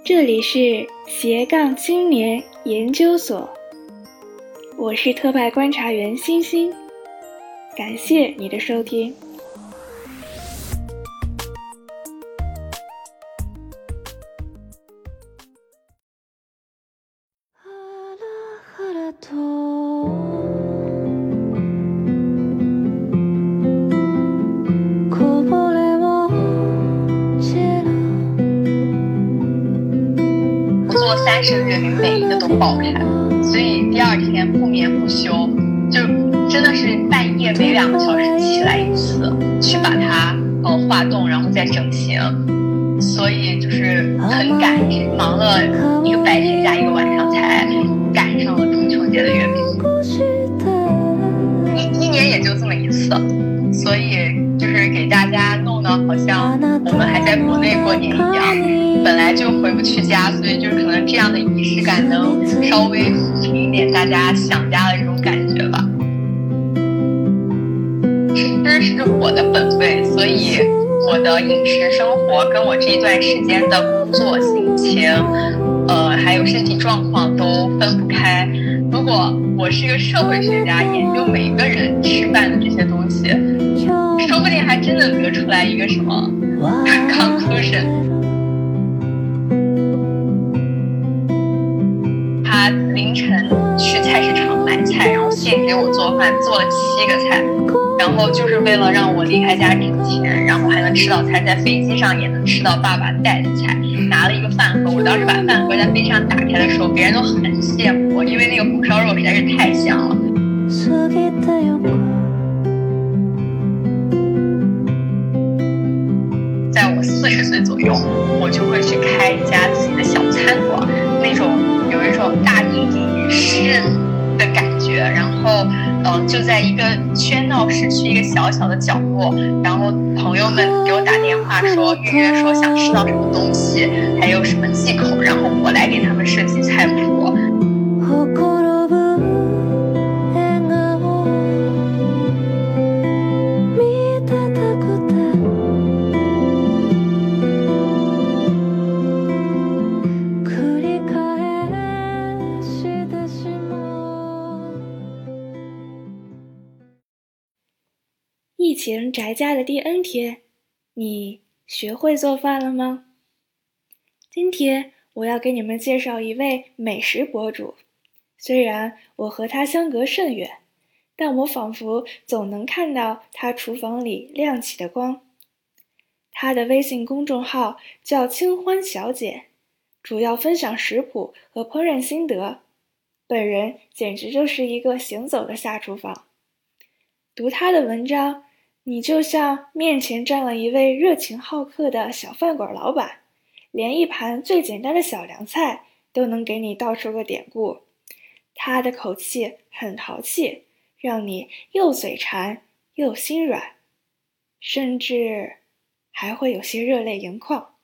这里是斜杠青年研究所，我是特派观察员欣欣，感谢你的收听。 做30个月里每一个都爆开，所以第二天不眠不休，就真的是半夜每2个小时起来一次，去把它化冻，然后再整形，所以就是很赶，忙了一个白天加一个晚上才赶上了中秋节的月饼。一年也就这么一次，所以就是给大家弄得好像我们还在国内过年一样，本来就回不去家，所以就是可能这样的仪式感能稍微抚平一点大家想家的这种感觉吧。吃是我的本位，所以我的饮食生活跟我这一段时间的工作心情还有身体状况都分不开。如果我是一个社会学家，研究每个人吃饭的这些东西，说不定还真的得出来一个什么 conclusion。 他凌晨去菜市场买菜，然后现给我做饭，做了7个菜，然后就是为了让我离开家之前，然后还能吃到菜，在飞机上也能吃到爸爸带的菜。拿了一个饭盒，我当时把饭盒在飞机上打开的时候，别人都很羡慕我，因为那个红烧肉实在是太香了。在我40岁左右，我就会去开一家自己的小餐馆，那种有一种大隐隐于市的感觉，然后就在一个喧闹市区一个小小的角落，然后朋友们给我打电话说预约说想吃到什么东西，还有什么忌口，然后我来给他们设计菜谱。 疫情宅家的第 N 天，你学会做饭了吗？今天我要给你们介绍一位美食博主，虽然我和他相隔甚远，但我仿佛总能看到他厨房里亮起的光。他的微信公众号叫清欢小姐，主要分享食谱和烹饪心得，本人简直就是一个行走的下厨房。读他的文章，你就像面前站了一位热情好客的小饭馆老板，连一盘最简单的小凉菜都能给你道出个典故。他的口气很淘气，让你又嘴馋又心软，甚至还会有些热泪盈眶。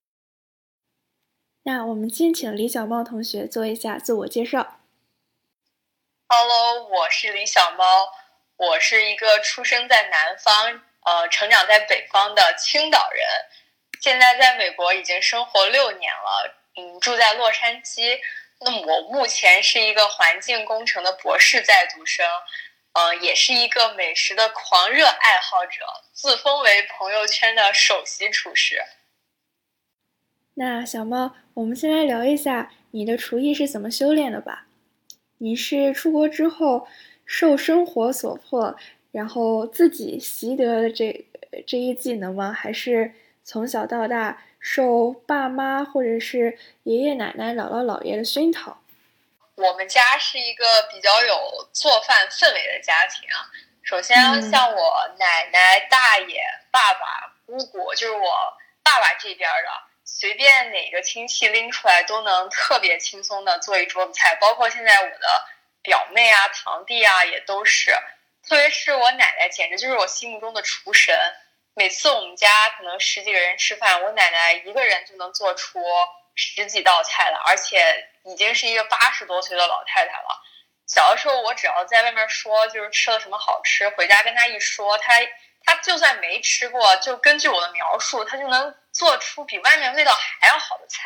那我们先请李小猫同学做一下自我介绍。 Hello， 我是李小猫，我是一个出生在南方成长在北方的青岛人，现在在美国已经生活6年了，住在洛杉矶。那么我目前是一个环境工程的博士在读生，也是一个美食的狂热爱好者，自封为朋友圈的首席厨师。 那小猫，我们先来聊一下你的厨艺是怎么修炼的吧。你是出国之后受生活所迫，然后自己习得的这一技能吗？还是从小到大受爸妈或者是爷爷奶奶姥姥姥爷的熏陶？ 我们家是一个比较有做饭氛围的家庭啊。首先像我奶奶、大爷、爸爸、姑姑，就是我爸爸这边的，随便哪个亲戚拎出来都能特别轻松的做一桌子菜，包括现在我的表妹啊、堂弟啊也都是。特别是我奶奶简直就是我心目中的厨神，每次我们家可能10几个人吃饭，我奶奶一个人就能做出10几道菜了，而且已经是一个80多岁的老太太了。小的时候我只要在外面说就是吃了什么好吃，回家跟她一说，她就算没吃过，就根据我的描述，她就能做出比外面味道还要好的菜。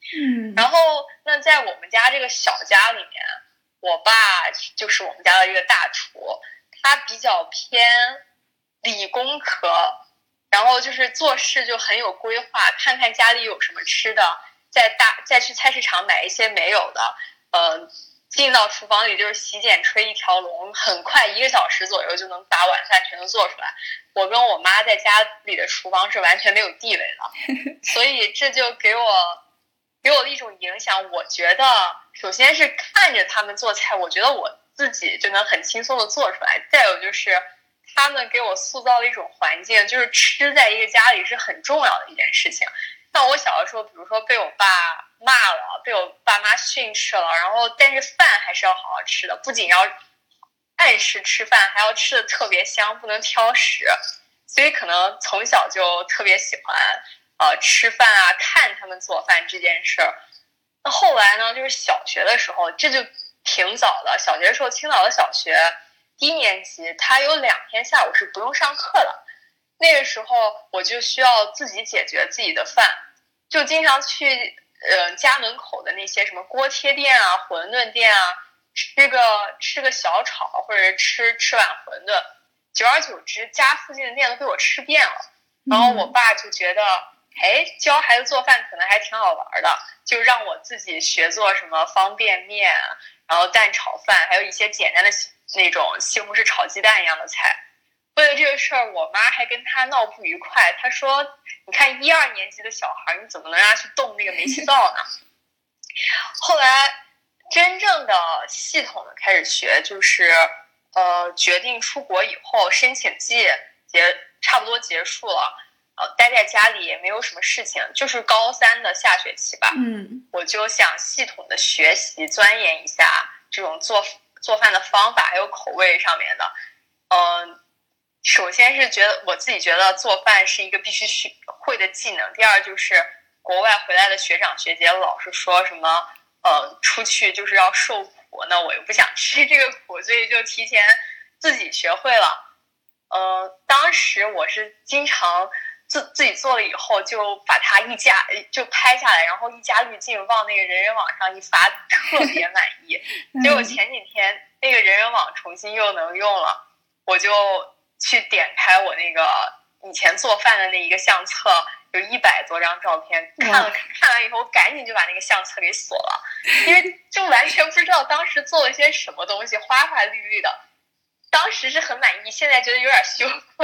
然后那在我们家这个小家里面，我爸就是我们家的一个大厨，他比较偏理工科，然后就是做事就很有规划，看看家里有什么吃的，再去菜市场买一些没有的，进到厨房里就是洗剪吹一条龙，很快1个小时左右就能把晚饭全都做出来。我跟我妈在家里的厨房是完全没有地位的，所以这就给我的一种影响。我觉得首先是看着他们做菜，我觉得我自己就能很轻松的做出来。再有就是他们给我塑造了一种环境，就是吃在一个家里是很重要的一件事情。像我小的时候，比如说被我爸骂了，被我爸妈训斥了，然后但是饭还是要好好吃的，不仅要按时吃饭，还要吃的特别香，不能挑食。所以可能从小就特别喜欢吃饭啊，看他们做饭这件事儿。那后来呢，就是小学的时候，这就挺早的。小学的时候，青岛的小学1年级，他有2天下午是不用上课的。那个时候我就需要自己解决自己的饭，就经常去家门口的那些什么锅贴店啊、馄饨店啊，吃个小炒，或者吃碗馄饨。久而久之，家附近的店都被我吃遍了。然后我爸就觉得，教孩子做饭可能还挺好玩的，就让我自己学做什么方便面，然后蛋炒饭，还有一些简单的那种西红柿炒鸡蛋一样的菜。为了这个事儿，我妈还跟他闹不愉快。她说：“你看1、2年级的小孩，你怎么能让他去动那个煤气灶呢？”后来真正的系统的开始学，就是决定出国以后，申请季差不多结束了，待在家里也没有什么事情，就是高3的下学期吧。我就想系统的学习钻研一下这种做饭的方法，还有口味上面的。首先是我自己觉得做饭是一个必须会的技能。第二就是国外回来的学长学姐老是说什么出去就是要受苦，那我又不想吃这个苦，所以就提前自己学会了。当时我是经常自己做了以后就把它就拍下来，然后一加滤镜往那个人人网上一发，特别满意。结果前几天那个人人网重新又能用了，我就去点开我那个以前做饭的那一个相册，有100多张照片，看完以后，我赶紧就把那个相册给锁了，因为就完全不知道当时做了些什么东西，花花绿绿的。当时是很满意，现在觉得有点羞愧。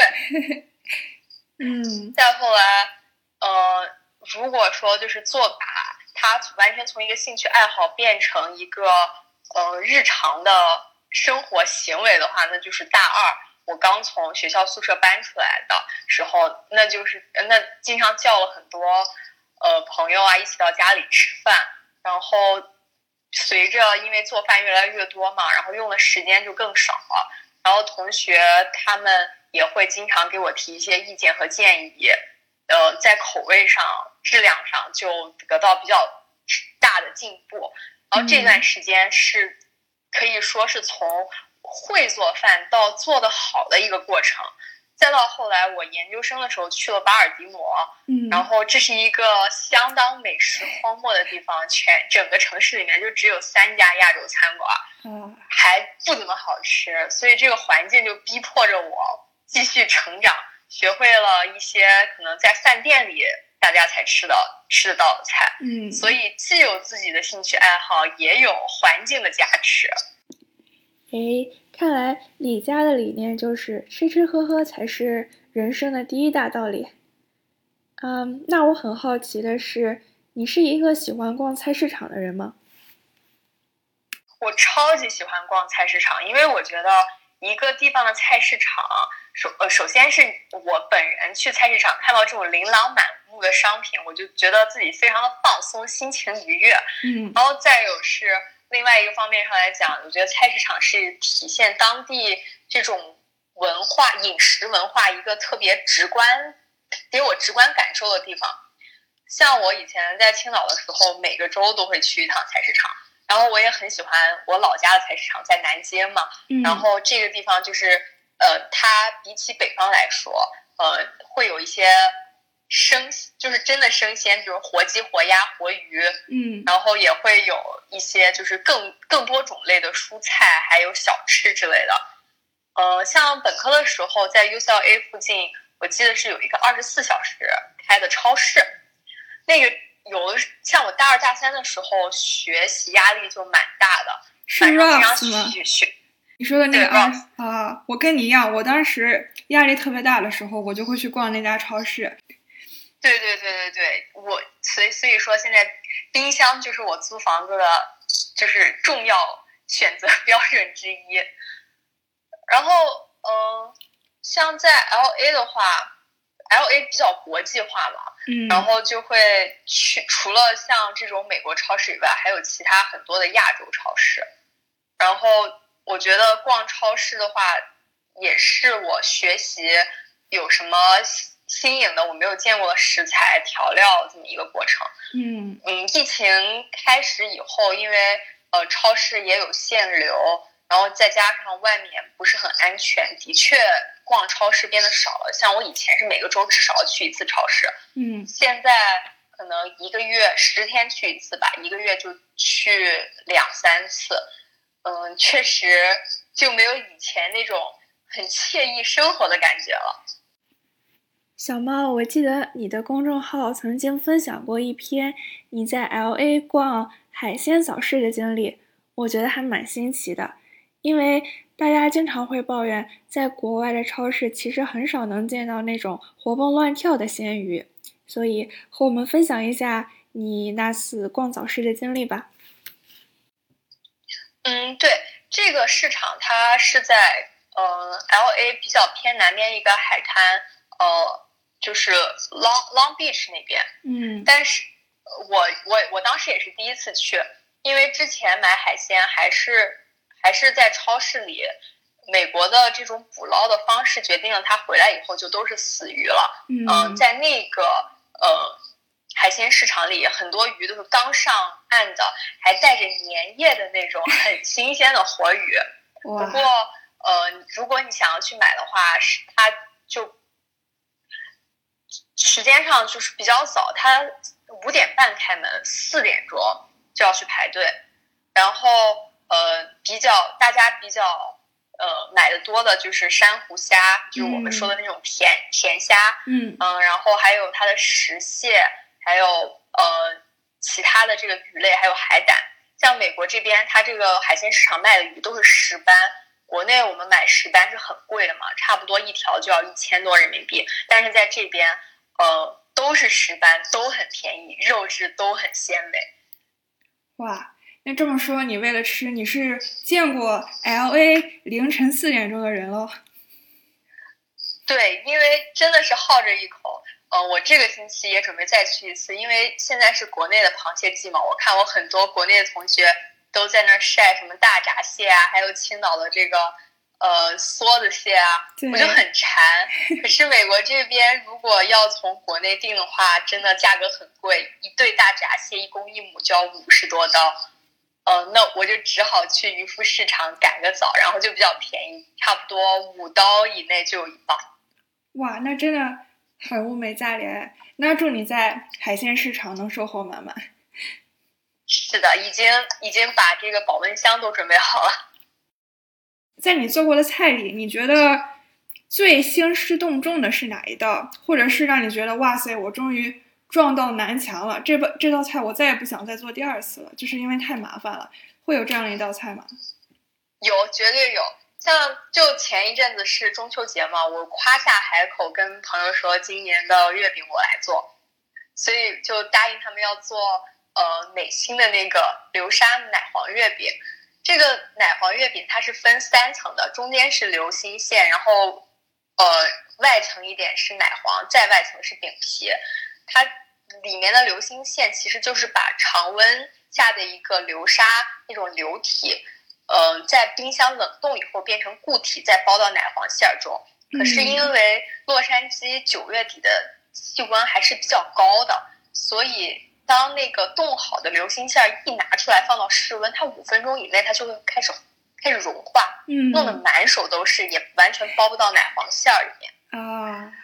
再后来，如果说就是把它完全从一个兴趣爱好变成一个日常的生活行为的话，那就是大2。我刚从学校宿舍搬出来的时候，那经常叫了很多朋友啊一起到家里吃饭，然后随着因为做饭越来越多嘛，然后用的时间就更少了，然后同学他们也会经常给我提一些意见和建议，在口味上、质量上就得到比较大的进步。然后这段时间是可以说是从会做饭到做得好的一个过程。再到后来我研究生的时候去了巴尔的摩，然后这是一个相当美食荒漠的地方，整个城市里面就只有3家亚洲餐馆，还不怎么好吃，所以这个环境就逼迫着我继续成长，学会了一些可能在饭店里大家才吃得到的菜。所以既有自己的兴趣爱好，也有环境的加持。 看来李家的理念就是吃吃喝喝才是人生的第一大道理。那我很好奇的是，你是一个喜欢逛菜市场的人吗？ 我超级喜欢逛菜市场，因为我觉得一个地方的菜市场，首先是我本人去菜市场看到这种琳琅满目的商品，我就觉得自己非常的放松，心情愉悦。然后再有是另外一个方面上来讲，我觉得菜市场是体现当地这种文化、饮食文化一个特别给我直观感受的地方。像我以前在青岛的时候，每个周都会去一趟菜市场，然后我也很喜欢我老家的菜市场，在南街嘛。然后这个地方就是它比起北方来说，会有一些就是真的生鲜，比如活鸡、活鸭、活鱼，然后也会有一些就是更多种类的蔬菜，还有小吃之类的。像本科的时候在 UCLA 附近，我记得是有一个24小时开的超市，那个像我大2、大3的时候，学习压力就蛮大的， 是 Ross 吗？你说的那个我跟你一样，我当时压力特别大的时候，我就会去逛那家超市。 对，所以说现在冰箱就是我租房子的就是重要选择标准之一。然后像在 LA 的话，LA 比较国际化嘛，然后就会除了像这种美国超市以外，还有其他很多的亚洲超市。然后我觉得逛超市的话，也是我学习有什么新颖的我没有见过的食材调料这么一个过程。疫情开始以后，因为超市也有限流，然后再加上外面不是很安全，的确逛超市变得少了。像我以前是每个周至少要去一次超市，现在可能1个月10天去一次吧，1个月就去2、3次。确实就没有以前那种很惬意生活的感觉了。 小猫，我记得你的公众号曾经分享过一篇你在 LA 逛海鲜早市的经历，我觉得还蛮新奇的，因为大家经常会抱怨在国外的超市其实很少能见到那种活蹦乱跳的鲜鱼，所以和我们分享一下你那次逛早市的经历吧。 对，这个市场它是在LA 比较偏南边一个海滩，就是 Long Beach 那边。但是我当时也是第一次去，因为之前买海鲜还是在超市里，美国的这种捕捞的方式决定了它回来以后就都是死鱼了。在那个海鲜市场里，很多鱼都是刚上岸的，还带着粘液的那种很新鲜的活鱼。不过如果你想要去买的话，它就时间上就是比较早，它5点半开门，4点钟就要去排队。然后大家比较买的多的就是珊瑚虾，就是我们说的那种甜虾。然后还有它的石蟹，还有其他的这个鱼类，还有海胆。像美国这边，它这个海鲜市场卖的鱼都是石斑，国内我们买石斑是很贵的嘛，差不多一条就要1000多人民币，但是在这边都是石斑，都很便宜，肉质都很鲜美。 哇，那这么说，你为了吃，你是见过 LA 凌晨4点钟的人了。 对，因为真的是好这一口。我这个星期也准备再去一次，因为现在是国内的螃蟹季嘛，我看我很多国内的同学都在那晒什么大闸蟹啊，还有青岛的这个梭子蟹啊，我就很馋。可是美国这边如果要从国内订的话，真的价格很贵，一对大闸蟹1公1母就要50多刀。那我就只好去渔夫市场赶个早，然后就比较便宜，差不多5刀以内就有1磅。 哇，那真的很物美价廉。那祝你在海鲜市场能收获满满。 是的，已经把这个保温箱都准备好了。 在你做过的菜里，你觉得最兴师动众的是哪一道？或者是让你觉得哇塞，我终于撞到南墙了，这道菜我再也不想再做第2次了，就是因为太麻烦了。会有这样的一道菜吗？ 有，绝对有。像就前一阵子是中秋节嘛，我夸下海口跟朋友说今年的月饼我来做，所以就答应他们要做美心的那个流沙奶黄月饼。这个奶黄月饼它是分3层的，中间是流心馅，然后外层一点是奶黄，再外层是饼皮。它里面的流心馅其实就是把常温下的一个流沙那种流体在冰箱冷冻以后变成固体，再包到奶黄馅中。可是因为洛杉矶9月底的气温还是比较高的，所以当那个冻好的流心馅一拿出来放到室温，它5分钟以内它就会开始融化，弄得满手都是，也完全包不到奶黄馅里面。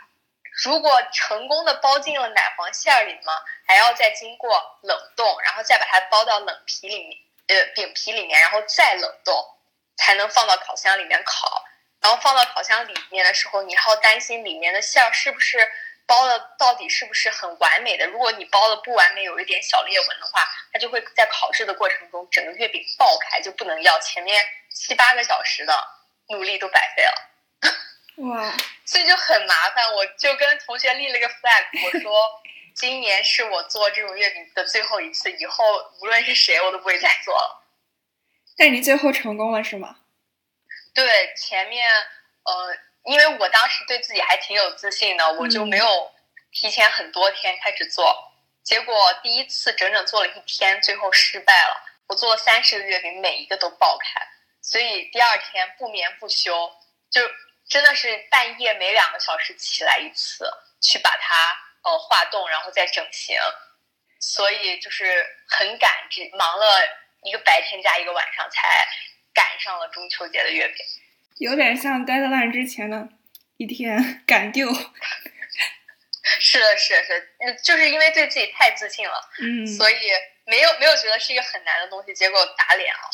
如果成功的包进了奶黄馅里嘛，还要再经过冷冻，然后再把它包到冷皮里面，饼皮里面，然后再冷冻，才能放到烤箱里面烤。然后放到烤箱里面的时候，你还要担心里面的馅儿是不是包的到底是不是很完美的。如果你包的不完美，有一点小裂纹的话，它就会在烤制的过程中整个月饼爆开，就不能要，前面7-8个小时的努力都白费了。 哇， 所以就很麻烦。我就跟同学立了个 flag， 我说今年是我做这种月饼的最后一次，以后无论是谁我都不会再做了。 但你最后成功了是吗？ 对，前面因为我当时对自己还挺有自信的，我就没有提前很多天开始做，结果第一次整整做了1天，最后失败了。我做了30个月饼，每一个都爆开，所以第二天不眠不休，就真的是半夜每2个小时起来一次，去把它化冻，然后再整形。所以就是很赶，只忙了一个白天加一个晚上，才赶上了中秋节的月饼。 有点像 deadline 之前的一天赶丢。 是的，就是因为对自己太自信了，所以没有觉得是一个很难的东西，结果打脸了。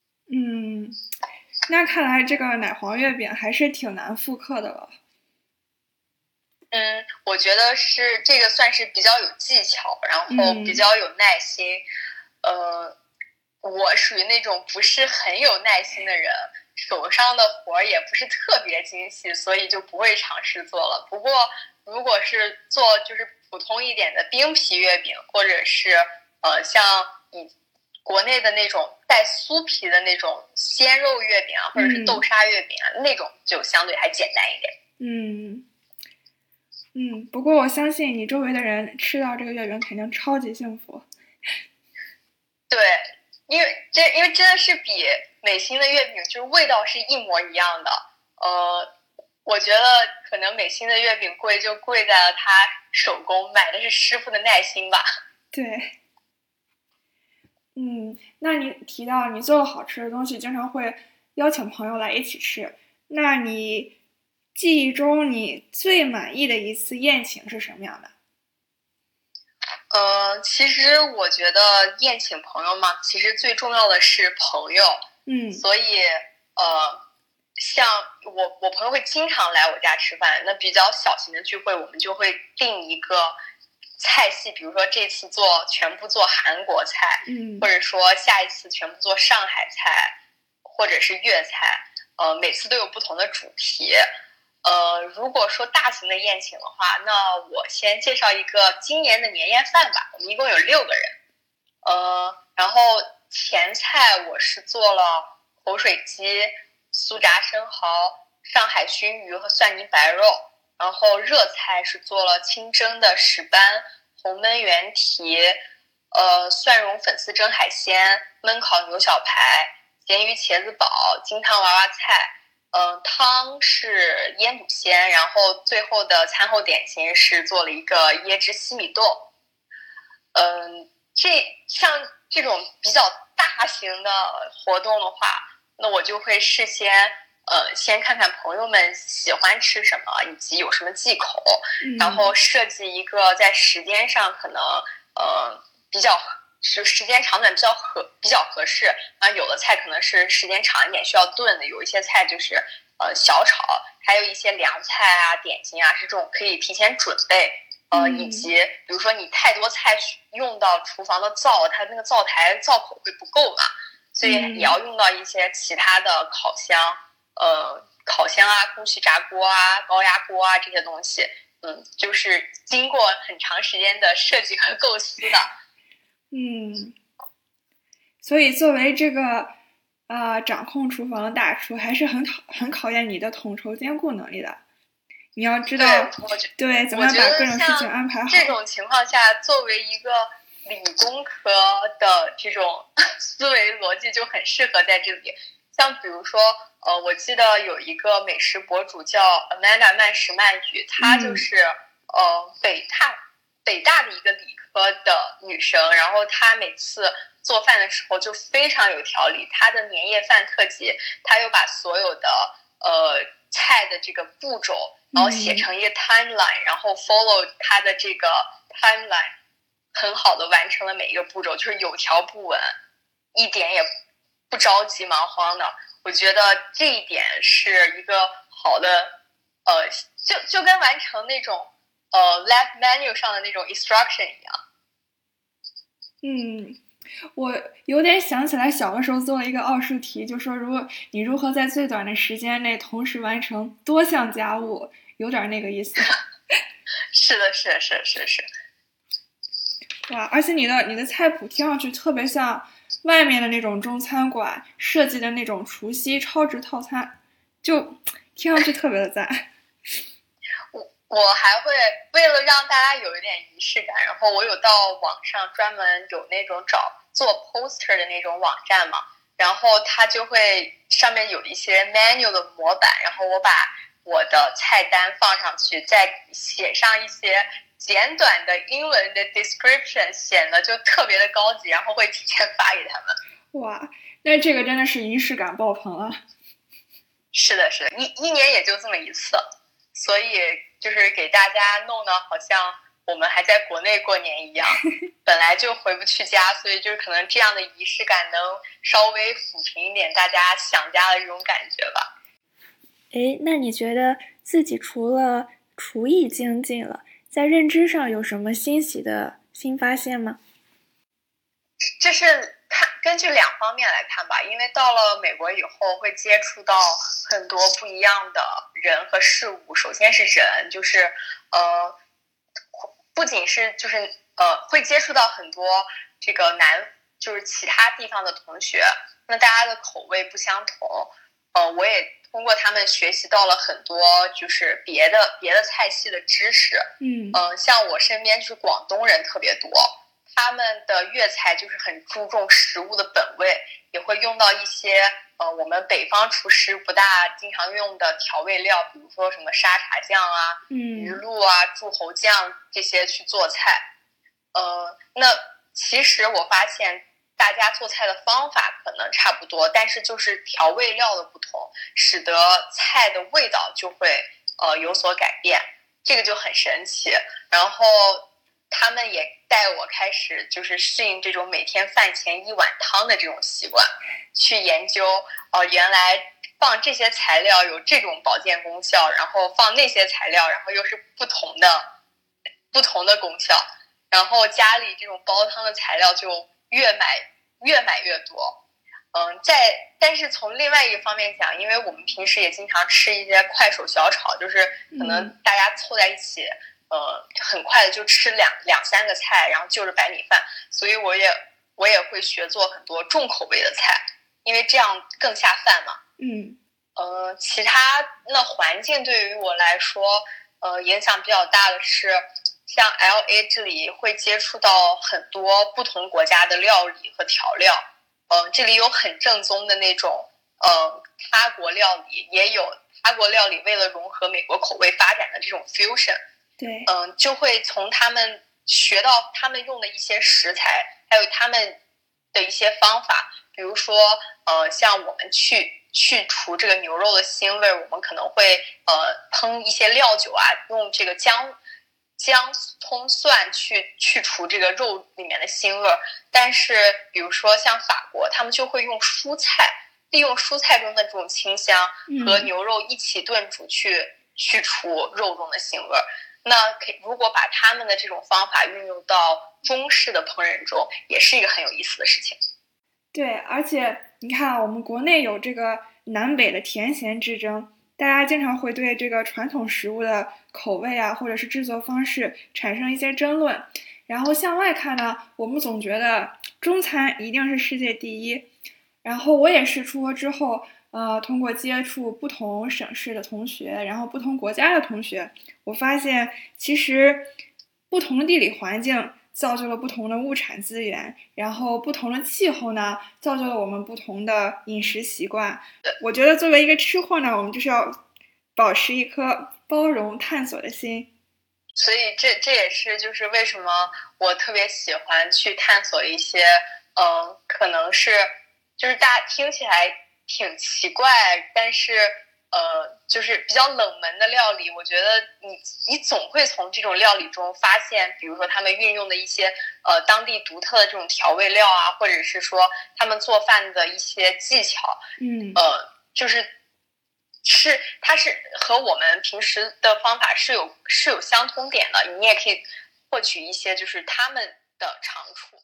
那看来这个奶黄月饼还是挺难复刻的了。 我觉得是这个算是比较有技巧，然后比较有耐心。我属于那种不是很有耐心的人，手上的活也不是特别精细，所以就不会尝试做了。不过如果是做就是普通一点的冰皮月饼，或者是像国内的那种带酥皮的那种鲜肉月饼啊，或者是豆沙月饼啊，那种就相对还简单一点。 不过我相信你周围的人吃到这个月饼肯定超级幸福。 对，因为真的是比美心的月饼就是味道是一模一样的。我觉得可能美心的月饼贵就贵在了它手工，买的是师傅的耐心吧。 对。那你提到你做了好吃的东西，经常会邀请朋友来一起吃，那你记忆中你最满意的一次宴请是什么样的？ 其实我觉得宴请朋友嘛，其实最重要的是朋友。所以像我朋友会经常来我家吃饭，那比较小型的聚会，我们就会定一个菜系，比如说这次全部做韩国菜，或者说下一次全部做上海菜，或者是粤菜，每次都有不同的主题。如果说大型的宴请的话，那我先介绍一个今年的年夜饭吧，我们一共有6个人。然后前菜我是做了口水鸡、酥炸生蚝、上海熏鱼和蒜泥白肉。然后热菜是做了清蒸的石斑、红焖圆蹄、蒜蓉粉丝蒸海鲜、焖烤牛小排、咸鱼茄子煲、金汤娃娃菜。汤是腌笃鲜，然后最后的餐后点心是做了一个椰汁西米豆。像这种比较大型的活动的话，那我就会事先先看看朋友们喜欢吃什么以及有什么忌口，然后设计一个在时间上可能比较时间长短比较合适啊。有的菜可能是时间长一点需要炖的，有一些菜就是小炒，还有一些凉菜啊、点心啊是这种可以提前准备。以及比如说你太多菜用到厨房的它那个灶台灶口会不够嘛，所以也要用到一些其他的烤箱啊、空气炸锅啊、高压锅啊这些东西。就是经过很长时间的设计和构思的。 所以作为这个掌控厨房的大厨，还是很考验你的统筹兼顾能力的。你要知道，对，怎么样把各种事情安排好。 这种情况下，作为一个理工科的这种思维逻辑就很适合在这里。像比如说，我记得有一个美食博主叫 Amanda 慢食慢语，她就是北大的一个理科的女生，然后她每次做饭的时候就非常有条理。她的年夜饭特辑，她又把所有的菜的这个步骤，然后写成一个 timeline，然后 follow 它的这个 timeline， 很好的完成了每一个步骤，就是有条不紊，一点也不着急忙慌的。我觉得这一点是一个好的，就跟完成那种left menu 上的那种 instruction 一样。 我有点想起来小的时候做了一个奥数题，就说你如何在最短的时间内同时完成多项家务，有点那个意思。 是的。 哇，而且你的菜谱听上去特别像外面的那种中餐馆设计的那种除夕超值套餐，就听上去特别的赞。 我还会为了让大家有一点仪式感，然后我有到网上专门有那种找做 poster 的那种网站嘛，然后它就会上面有一些 menu 的模板，然后我把我的菜单放上去，再写上一些简短的英文的 description， 显得就特别的高级，然后会提前发给他们。 哇，那这个真的是仪式感爆棚了。 是的，一年也就这么一次，所以就是给大家弄得好像我们还在国内过年一样，本来就回不去家，所以就是可能这样的仪式感能稍微抚平一点大家想家的这种感觉吧。 那你觉得自己除了厨艺精进了，在认知上有什么欣喜的新发现吗？ 这是根据两方面来看吧，因为到了美国以后会接触到很多不一样的人和事物。首先是人，就是不仅是就是会接触到很多这个就是其他地方的同学，那大家的口味不相同，我也通过他们学习到了很多就是别的菜系的知识。像我身边就是广东人特别多，他们的粤菜就是很注重食物的本味，也会用到一些我们北方厨师不大经常用的调味料，比如说什么沙茶酱啊、鱼露啊、柱侯酱这些去做菜。那其实我发现大家做菜的方法可能差不多，但是就是调味料的不同，使得菜的味道就会有所改变，这个就很神奇。然后他们也带我开始就是适应这种每天饭前一碗汤的这种习惯，去研究原来放这些材料有这种保健功效，然后放那些材料，然后又是不同的功效，然后家里这种煲汤的材料就越买越多。但是从另外一个方面讲，因为我们平时也经常吃一些快手小炒，就是可能大家凑在一起很快的就吃两三个菜，然后就是白米饭，所以我也会学做很多重口味的菜，因为这样更下饭嘛。其他那环境对于我来说影响比较大的是像 LA 这里会接触到很多不同国家的料理和调料，这里有很正宗的那种他国料理，也有他国料理为了融合美国口味发展的这种 fusion。 对， 就会从他们学到他们用的一些食材，还有他们的一些方法，比如说像我们去除这个牛肉的腥味，我们可能会烹一些料酒啊，用这个姜、葱、蒜去除这个肉里面的腥味。但是比如说像法国，他们就会用蔬菜，利用蔬菜中的这种清香和牛肉一起炖煮去除肉中的腥味。那如果把他们的这种方法运用到中式的烹饪中，也是一个很有意思的事情。 对，而且你看我们国内有这个南北的甜咸之争，大家经常会对这个传统食物的口味啊，或者是制作方式产生一些争论。然后向外看呢，我们总觉得中餐一定是世界第一。然后我也是出国之后，通过接触不同省市的同学，然后不同国家的同学，我发现其实不同的地理环境造就了不同的物产资源，然后不同的气候呢，造就了我们不同的饮食习惯。我觉得作为一个吃货呢，我们就是要保持一颗包容探索的心。 所以这也是就是为什么我特别喜欢去探索一些可能是就是大家听起来挺奇怪，但是就是比较冷门的料理，我觉得你总会从这种料理中发现，比如说他们运用的一些当地独特的这种调味料啊，或者是说他们做饭的一些技巧，它是和我们平时的方法是有相通点的，你也可以获取一些就是他们的长处。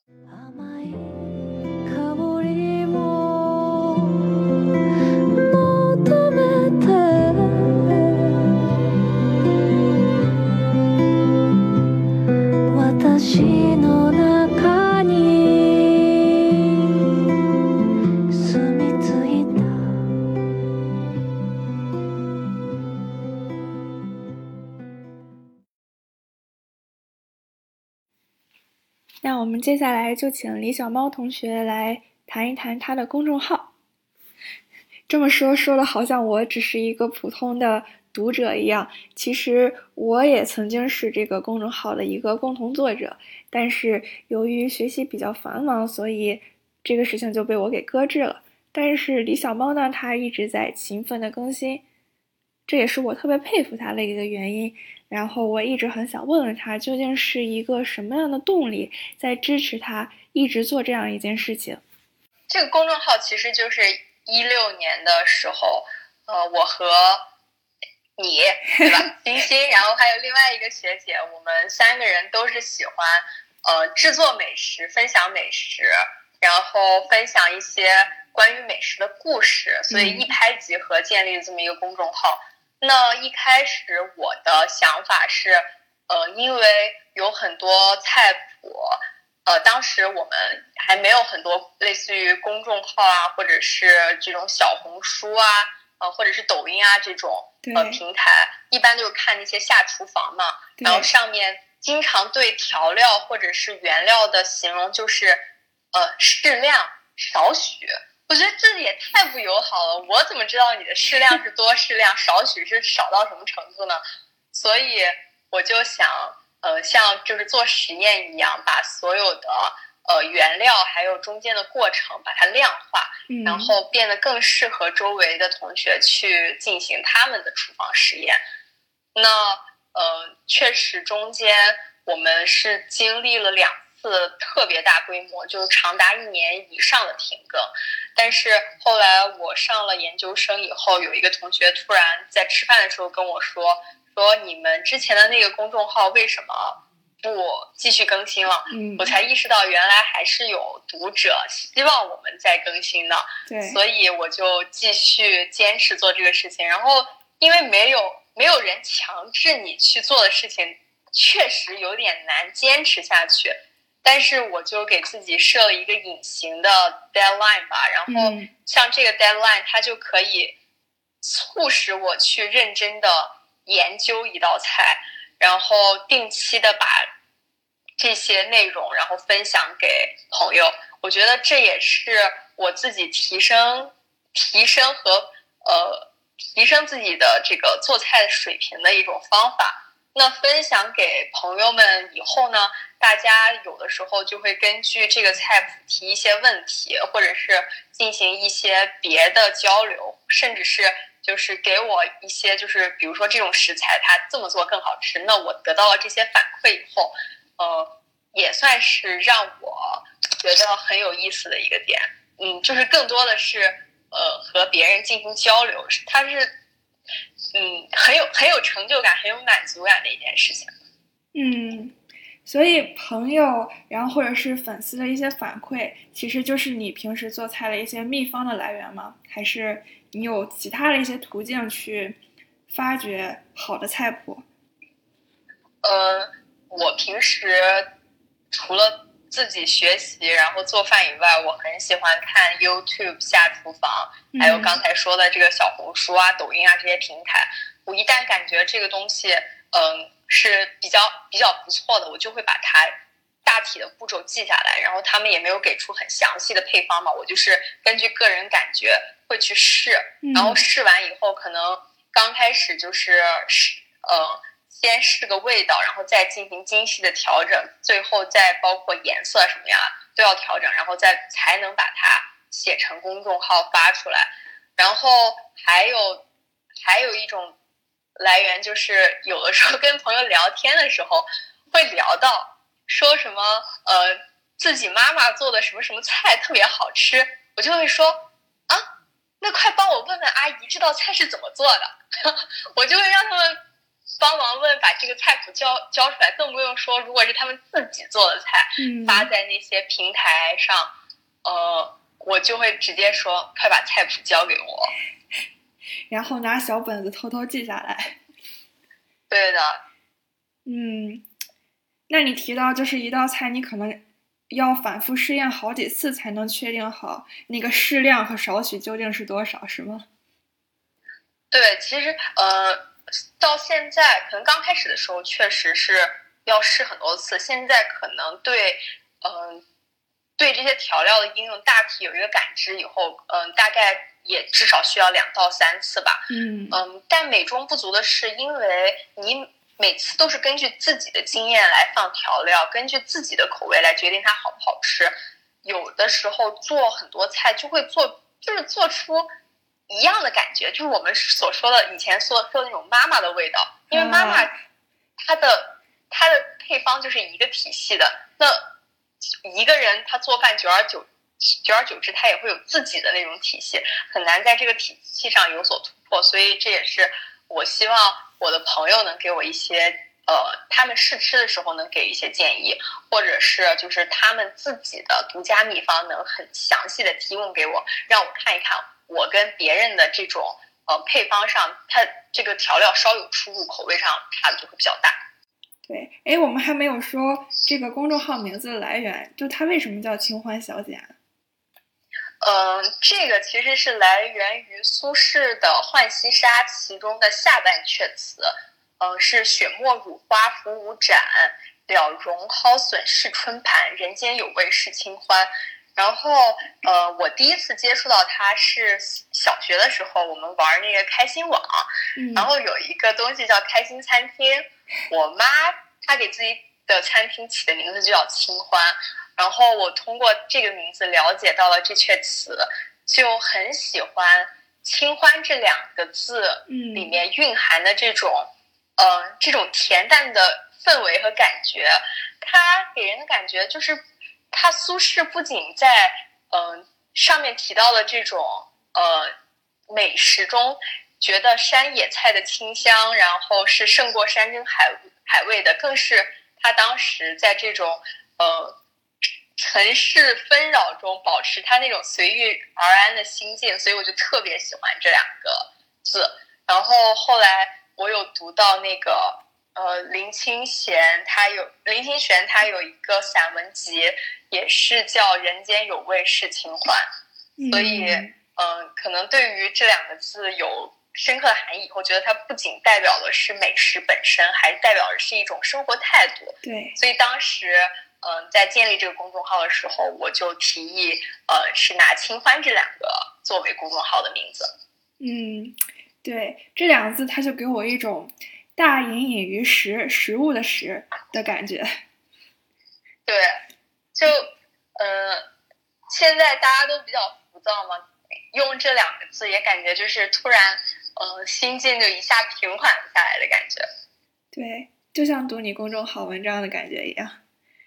那我们接下来就请李小猫同学来谈一谈他的公众号。这么说的好像我只是一个普通的读者一样，其实我也曾经是这个公众号的一个共同作者，但是由于学习比较繁忙，所以这个事情就被我给搁置了。但是李小猫呢，他一直在勤奋的更新，这也是我特别佩服他的一个原因。然后我一直很想问问他，究竟是一个什么样的动力在支持他一直做这样一件事情。 这个公众号其实就是16年的时候，我和你对吧，欣欣，然后还有另外一个学姐，我们3个人都是喜欢制作美食、分享美食，然后分享一些关于美食的故事，所以一拍即合建立了这么一个公众号。那一开始我的想法是，因为有很多菜谱，当时我们还没有很多类似于公众号啊，或者是这种小红书啊，或者是抖音啊这种平台，一般都是看那些下厨房嘛，然后上面经常对调料或者是原料的形容就是适量少许。我觉得这也太不友好了，我怎么知道你的适量是多，适量少许是少到什么程度呢？所以我就想像就是做实验一样，把所有的原料还有中间的过程把它量化，然后变得更适合周围的同学去进行他们的厨房实验。那确实中间我们是经历了2次特别大规模，就是长达1年以上的停更。但是后来我上了研究生以后，有一个同学突然在吃饭的时候跟我说你们之前的那个公众号为什么不继续更新了？我才意识到原来还是有读者希望我们再更新的。 对， 所以我就继续坚持做这个事情。然后因为没有人强制你去做的事情，确实有点难坚持下去。但是我就给自己设了一个隐形的 deadline 吧，然后像这个 deadline 它就可以促使我去认真的研究一道菜，然后定期的把这些内容然后分享给朋友。我觉得这也是我自己提升自己的这个做菜的水平的一种方法。那分享给朋友们以后呢，大家有的时候就会根据这个菜谱提一些问题，或者是进行一些别的交流，甚至是就是给我一些就是比如说这种食材它这么做更好吃，那我得到了这些反馈以后，也算是让我觉得很有意思的一个点。就是更多的是和别人进行交流，它是很有成就感、很有满足感的一件事情。 所以朋友，然后或者是粉丝的一些反馈，其实就是你平时做菜的一些秘方的来源吗？还是你有其他的一些途径去发掘好的菜谱？ 我平时除了自己学习然后做饭以外，我很喜欢看 YouTube 下厨房，还有刚才说的这个小红书啊、抖音啊这些平台。我一旦感觉这个东西是比较不错的，我就会把它大体的步骤记下来，然后他们也没有给出很详细的配方嘛，我就是根据个人感觉会去试，然后试完以后可能刚开始就是先试个味道，然后再进行精细的调整，最后再包括颜色什么呀都要调整，然后才能把它写成公众号发出来。然后还有一种来源就是有的时候跟朋友聊天的时候会聊到说什么自己妈妈做的什么什么菜特别好吃，我就会说啊，那快帮我问问阿姨这道菜是怎么做的。我就会让他们帮忙问，把这个菜谱交出来，更不用说如果是他们自己做的菜发在那些平台上，我就会直接说快把菜谱交给我， 然后拿小本子偷偷记下来。 对的。 那你提到就是一道菜你可能要反复试验好几次才能确定好那个适量和少许究竟是多少，是吗？ 对，其实到现在可能刚开始的时候确实是要试很多次，现在可能对对这些调料的应用大体有一个感知以后，大概也至少需要2到3次吧。但美中不足的是，因为你每次都是根据自己的经验来放调料，根据自己的口味来决定它好不好吃。有的时候做很多菜就会做出一样的感觉，就是我们所说的以前说的那种妈妈的味道，因为妈妈她的配方就是一个体系的，那一个人他做饭久而久之，他也会有自己的那种体系，很难在这个体系上有所突破。所以这也是我希望我的朋友能给我一些他们试吃的时候能给一些建议，或者是就是他们自己的独家秘方能很详细的提供给我，让我看一看我跟别人的这种配方上，它这个调料稍有出入，口味上差的就会比较大。 对，我们还没有说这个公众号名字的来源，就它为什么叫清欢小姐啊？ 这个其实是来源于苏轼的《浣溪沙》其中的下半阙词，是雪沫乳花浮无盏，了蓉蒿笋是春盘，人间有味是清欢。然后我第一次接触到它是小学的时候，我们玩那个开心网，然后有一个东西叫开心餐厅，我妈她给自己的餐厅起的名字就叫清欢，然后我通过这个名字了解到了这阙词，就很喜欢清欢这2个字里面蕴含的这种恬淡的氛围和感觉。它给人的感觉就是它苏轼不仅在上面提到的这种美食中觉得山野菜的清香，然后是胜过山珍海味的，更是他当时在这种尘世纷扰中保持他那种随遇而安的心境，所以我就特别喜欢这2个字。然后后来我有读到那个林清玄他有一个散文集，也是叫《人间有味是清欢》，所以可能对于这2个字有深刻的含义，我觉得它不仅代表的是美食本身，还代表的是一种生活态度。 对， 所以当时在建立这个公众号的时候，我就提议是拿清欢这2个作为公众号的名字。 对，这2个字它就给我一种大隐隐于食物的食的感觉。 对，就现在大家都比较浮躁嘛，用这2个字也感觉就是突然心境就一下平缓下来的感觉。 对，就像读你公众号文章的感觉一样。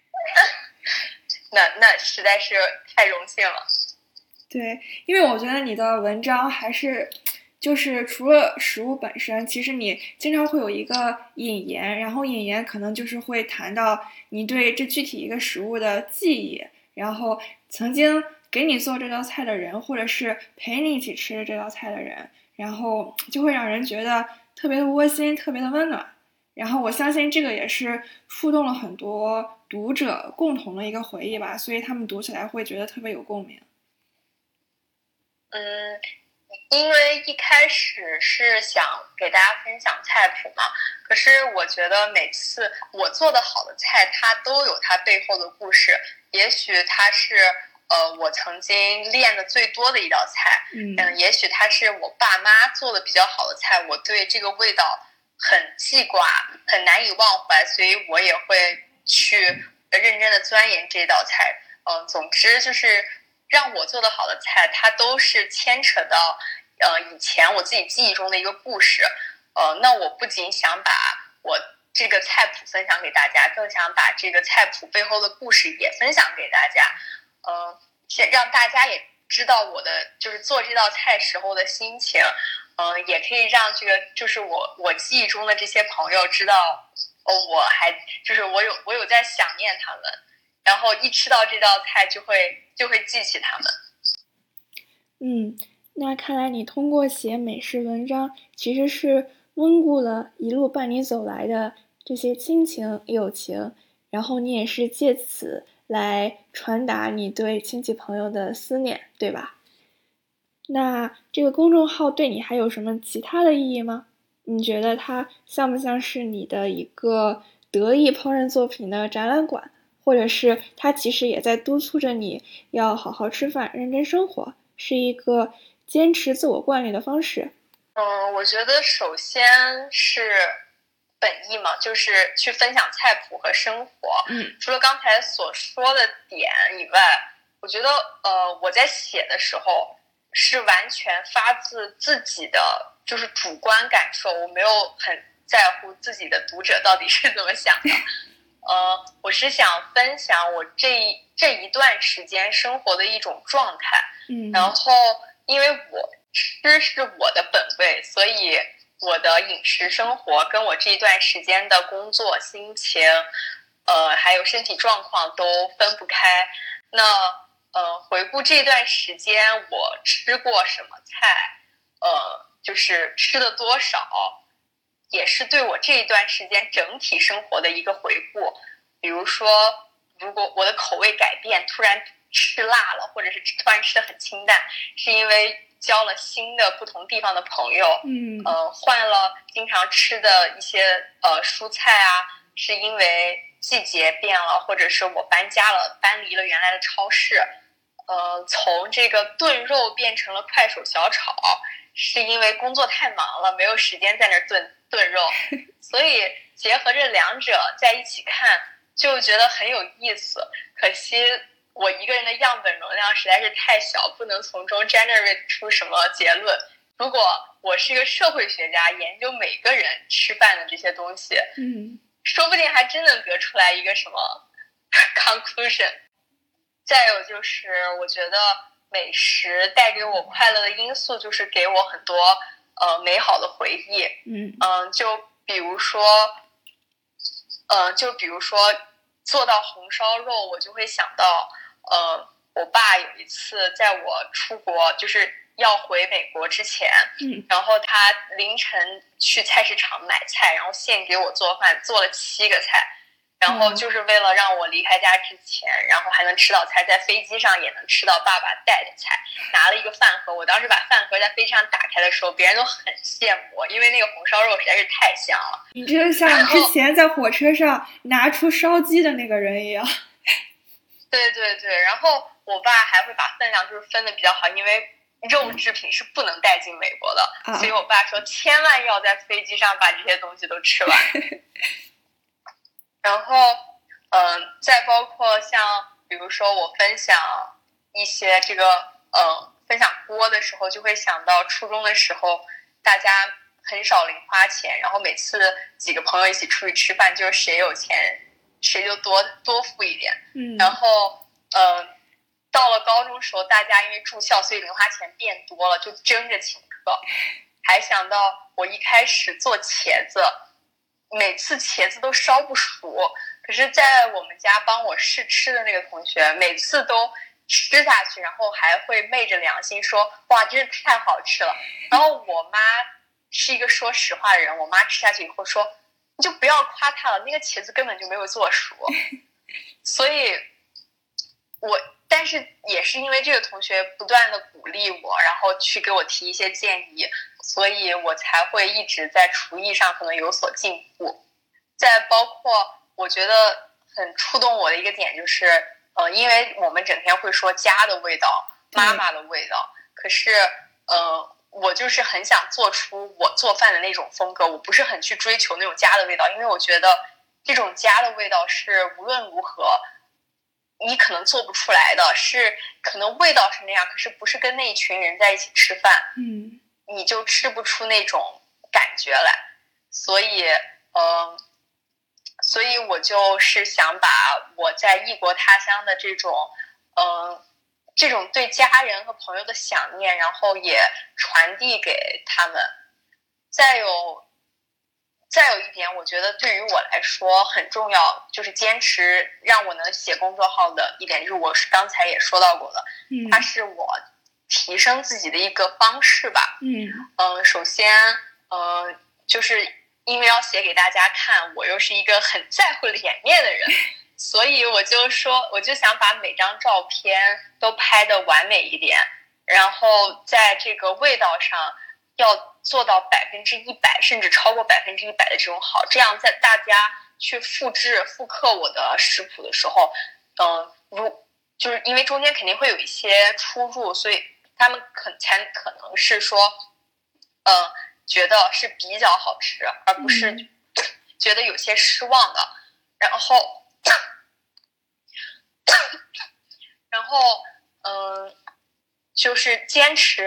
那实在是太荣幸了。 对，因为我觉得你的文章还是就是除了食物本身，其实你经常会有一个引言，然后引言可能就是会谈到你对这具体一个食物的记忆，然后曾经给你做这道菜的人，或者是陪你一起吃这道菜的人，然后就会让人觉得特别的窝心，特别的温暖。然后我相信这个也是触动了很多读者共同的一个回忆吧，所以他们读起来会觉得特别有共鸣。 因为一开始是想给大家分享菜谱嘛，可是我觉得每次我做的好的菜，它都有它背后的故事。也许它是我曾经练的最多的一道菜，也许它是我爸妈做的比较好的菜，我对这个味道很记挂，很难以忘怀，所以我也会去认真的钻研这道菜。总之就是让我做的好的菜，它都是牵扯到以前我自己记忆中的一个故事。那我不仅想把我这个菜谱分享给大家，更想把这个菜谱背后的故事也分享给大家，让大家也知道我的就是做这道菜时候的心情，也可以让这个就是我记忆中的这些朋友知道，我还就是我有在想念他们，然后一吃到这道菜就会记起他们。 那看来你通过写美食文章，其实是温故了一路伴你走来的这些亲情友情，然后你也是借此来传达你对亲戚朋友的思念，对吧？那这个公众号对你还有什么其他的意义吗？你觉得它像不像是你的一个得意烹饪作品的展览馆，或者是它其实也在督促着你要好好吃饭，认真生活，是一个坚持自我惯例的方式？ 我觉得首先是本意嘛，就是去分享菜谱和生活。除了刚才所说的点以外，我觉得我在写的时候是完全发自自己的就是主观感受，我没有很在乎自己的读者到底是怎么想的。我是想分享我这一段时间生活的一种状态。然后因为我吃是我的本位，所以我的饮食生活跟我这一段时间的工作心情还有身体状况都分不开。那回顾这段时间我吃过什么菜，就是吃的多少，也是对我这一段时间整体生活的一个回顾。比如说如果我的口味改变，突然吃辣了，或者是突然吃的很清淡，是因为交了新的不同地方的朋友，换了经常吃的一些蔬菜啊，是因为季节变了，或者是我搬家了，搬离了原来的超市，从这个炖肉变成了快手小炒，是因为工作太忙了，没有时间在那儿炖肉，所以结合这两者在一起看，就觉得很有意思。可惜我一个人的样本容量实在是太小，不能从中 generate 出什么结论。如果我是一个社会学家，研究每个人吃饭的这些东西，说不定还真能得出来一个什么 conclusion。 再有就是我觉得美食带给我快乐的因素就是给我很多美好的回忆。就比如说做到红烧肉，我就会想到我爸有一次在我出国就是要回美国之前，然后他凌晨去菜市场买菜，然后现给我做饭，做了7个菜，然后就是为了让我离开家之前，然后还能吃到菜，在飞机上也能吃到爸爸带的菜。拿了一个饭盒，我当时把饭盒在飞机上打开的时候，别人都很羡慕，因为那个红烧肉实在是太香了。 你这就像你之前在火车上拿出烧鸡的那个人一样。 对对对，然后我爸还会把分量就是分的比较好，因为肉制品是不能带进美国的，所以我爸说千万要在飞机上把这些东西都吃完。然后再包括像比如说我分享一些这个分享锅的时候，就会想到初中的时候大家很少零花钱，然后每次几个朋友一起出去吃饭，就是谁有钱谁就多付一点。然后到了高中时候，大家因为住校，所以零花钱变多了，就争着请客。还想到我一开始做茄子，每次茄子都烧不熟，可是在我们家帮我试吃的那个同学每次都吃下去，然后还会昧着良心说哇真是太好吃了。然后我妈是一个说实话的人，我妈吃下去以后说你就不要夸她了，那个茄子根本就没有做熟。所以但是也是因为这个同学不断的鼓励我，然后去给我提一些建议，所以我才会一直在厨艺上可能有所进步。再包括我觉得很触动我的一个点就是因为我们整天会说家的味道，妈妈的味道，可是我就是很想做出我做饭的那种风格，我不是很去追求那种家的味道，因为我觉得这种家的味道是无论如何你可能做不出来的，是可能味道是那样，可是不是跟那一群人在一起吃饭。 你就吃不出那种感觉来。所以我就是想把我在异国他乡的这种对家人和朋友的想念，然后也传递给他们。再有一点，我觉得对于我来说很重要，就是坚持让我能写公众号的一点，就是我是刚才也说到过的，它是我提升自己的一个方式吧。首先就是因为要写给大家看，我又是一个很在乎脸面的人，所以我就想把每张照片都拍得完美一点，然后在这个味道上要做到100%甚至超过100%的这种好，这样在大家去复刻我的食谱的时候，就是因为中间肯定会有一些出入，所以他们才可能是说觉得是比较好吃，而不是觉得有些失望的。然后就是坚持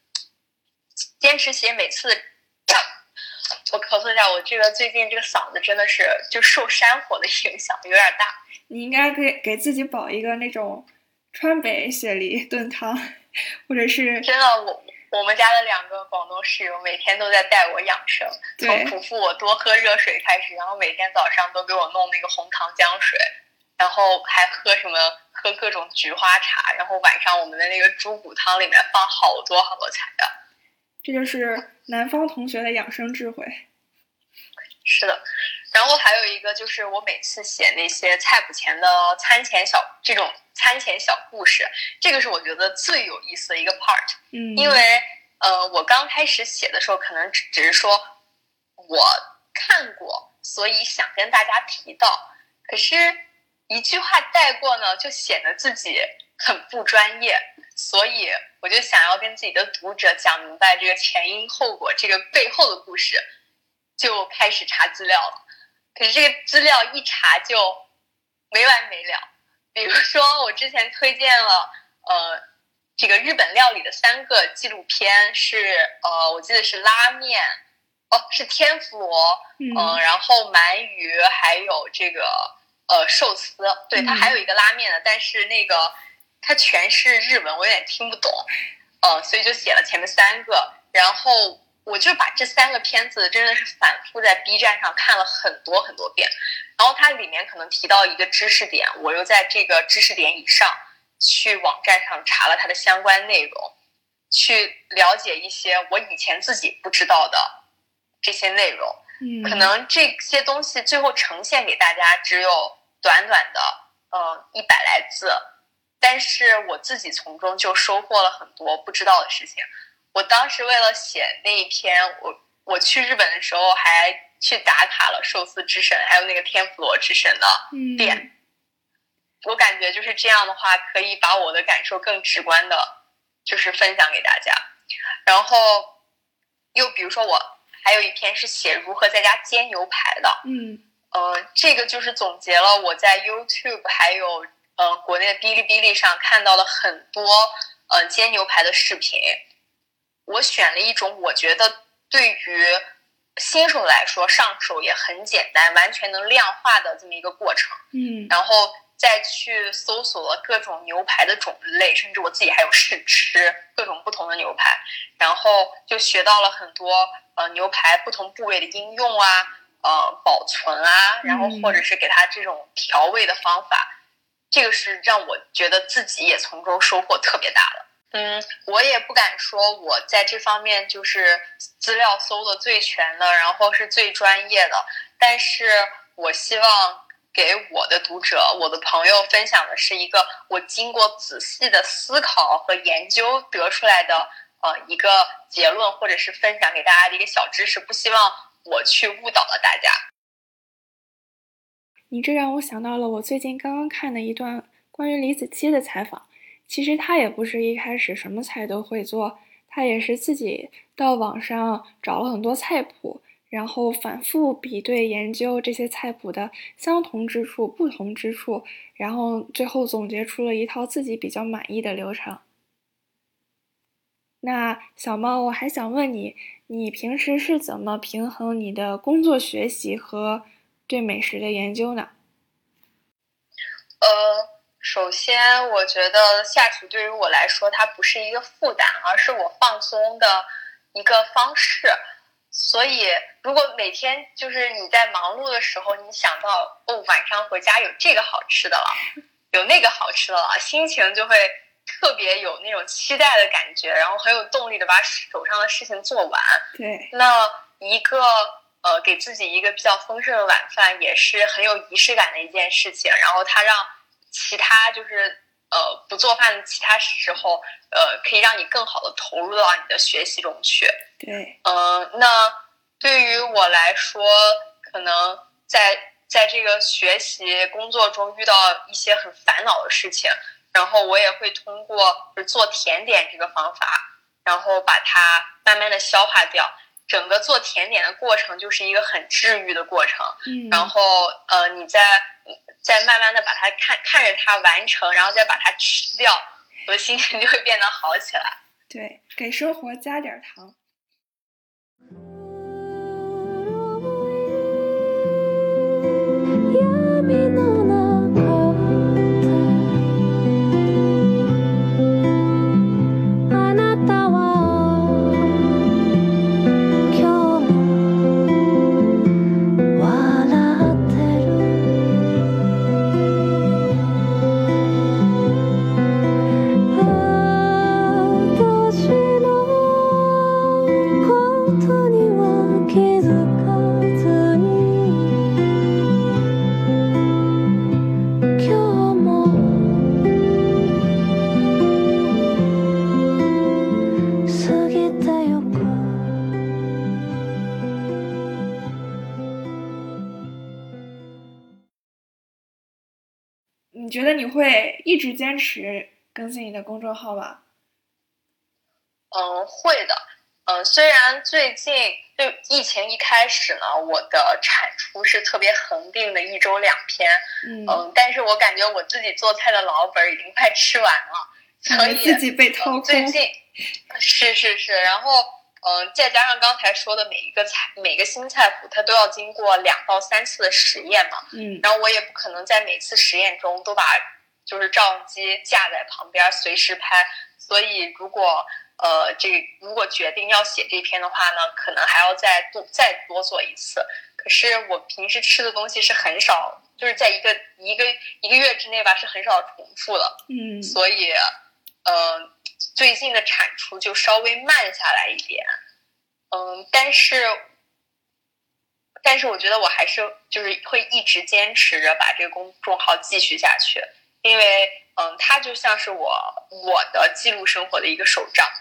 写每次。我咳嗽一下，我最近这个嗓子真的是就受山火的影响有点大。 你应该给自己煲一个那种川北雪梨炖汤，或者是真的我们家的2个广东室友每天都在带我养生，从嘱咐我多喝热水开始，然后每天早上都给我弄那个红糖姜水，然后还喝各种菊花茶，然后晚上我们的那个猪骨汤里面放好多好多菜的。 这就是南方同学的养生智慧。 是的，然后还有一个就是我每次写那些菜谱前的餐前小故事，这个是我觉得最有意思的一个 part。因为我刚开始写的时候可能只是说我看过，所以想跟大家提到，可是一句话带过呢，就显得自己很不专业，所以我就想要跟自己的读者讲明白这个前因后果，这个背后的故事，就开始查资料了。可是这个资料一查就没完没了。比如说我之前推荐了这个日本料理的3个纪录片，是我记得是拉面，是天妇罗，然后鳗鱼，还有这个寿司。对，它还有一个拉面的，但是那个它全是日文，我有点听不懂，所以就写了前面3个，然后我就把这3个片子真的是反复在 B 站上看了很多很多遍，然后它里面可能提到一个知识点，我又在这个知识点以上去网站上查了它的相关内容，去了解一些我以前自己不知道的这些内容。可能这些东西最后呈现给大家只有短短的100来字，但是我自己从中就收获了很多不知道的事情。我当时为了写那一篇，我去日本的时候还去打卡了寿司之神还有那个天妇罗之神的店。我感觉就是这样的话可以把我的感受更直观的就是分享给大家。然后又比如说我还有一篇是写如何在家煎牛排的，这个就是总结了我在 YouTube 还有国内的哔哩哔哩上看到了很多煎牛排的视频。我选了一种我觉得对于新手来说上手也很简单，完全能量化的这么一个过程。然后再去搜索了各种牛排的种类，甚至我自己还有试吃各种不同的牛排，然后就学到了很多牛排不同部位的应用啊，保存啊，然后或者是给它这种调味的方法，这个是让我觉得自己也从中收获特别大的。我也不敢说我在这方面就是资料搜的最全的，然后是最专业的，但是我希望给我的读者我的朋友分享的是一个我经过仔细的思考和研究得出来的一个结论，或者是分享给大家的一个小知识，不希望我去误导了大家。 你这让我想到了我最近刚刚看的一段关于李子柒的采访。其实他也不是一开始什么菜都会做，他也是自己到网上找了很多菜谱，然后反复比对研究这些菜谱的相同之处、不同之处，然后最后总结出了一套自己比较满意的流程。 那小猫，我还想问你，你平时是怎么平衡你的工作学习和对美食的研究呢？ 首先我觉得下厨对于我来说，它不是一个负担，而是我放松的一个方式。所以，如果每天就是你在忙碌的时候，你想到晚上回家有这个好吃的了，有那个好吃的了，心情就会特别有那种期待的感觉，然后很有动力的把手上的事情做完。 对， 那一个给自己一个比较丰盛的晚饭，也是很有仪式感的一件事情。然后它让其他就是不做饭的其他时候，可以让你更好的投入到你的学习中去。 对， 那对于我来说，可能在这个学习工作中遇到一些很烦恼的事情，然后我也会通过做甜点这个方法，然后把它慢慢的消化掉。整个做甜点的过程就是一个很治愈的过程，然后你再慢慢的把它看着它完成，然后再把它吃掉，我的心情就会变得好起来。 对，给生活加点糖。你觉得你会一直坚持更新你的公众号吗？ 会的。虽然最近就疫情一开始呢，我的产出是特别恒定的1周2篇，但是我感觉我自己做菜的老本已经快吃完了，所以自己被掏空。 最近是，然后再加上刚才说的每个新菜谱，它都要经过2到3次的实验嘛，然后我也不可能在每次实验中都把就是照相机架在旁边随时拍，所以如果决定要写这篇的话呢，可能还要再多做一次。可是我平时吃的东西是很少，就是在一个月之内吧，是很少重复的。所以最近的产出就稍微慢下来一点。但是我觉得我还是就是会一直坚持着把这个公众号继续下去，因为它就像是我的记录生活的一个手账。